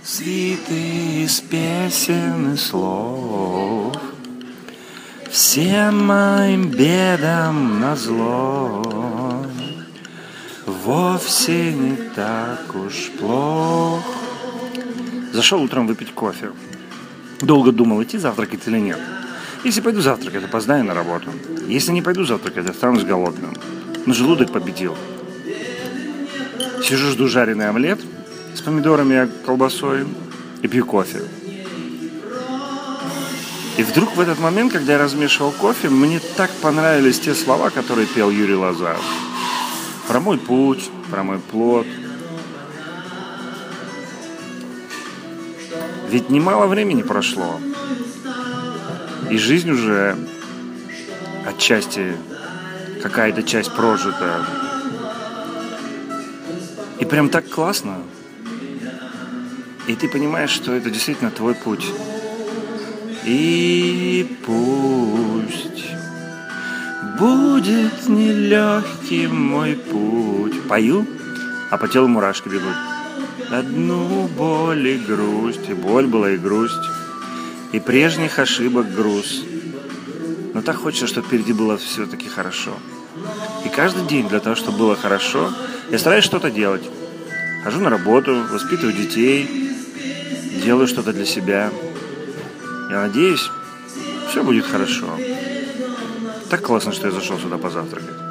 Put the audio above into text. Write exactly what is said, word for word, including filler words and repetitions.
Свиты из песен и слов, всем моим бедам назло, вовсе не так уж плохо. Зашел утром выпить кофе. Долго думал, идти завтракать или нет. Если пойду завтракать, опоздаю на работу. Если не пойду завтракать, останусь голодным. Но желудок победил. Сижу, жду жареный омлет с помидорами и колбасой и пью кофе. И вдруг в этот момент, когда я размешивал кофе, мне так понравились те слова, которые пел Юрий Лоза. Про мой путь, про мой плод. Ведь немало времени прошло. И жизнь уже отчасти, какая-то часть прожита. И прям так классно. И ты понимаешь, что это действительно твой путь. И пусть будет нелегким мой путь. Пою, а по телу мурашки бегут. Одну боль и грусть. И боль была, и грусть. И прежних ошибок груз. Но так хочется, чтобы впереди было все-таки хорошо. И каждый день для того, чтобы было хорошо, я стараюсь что-то делать. Хожу на работу, воспитываю детей, делаю что-то для себя. Я надеюсь, все будет хорошо. Так классно, что я зашел сюда позавтракать.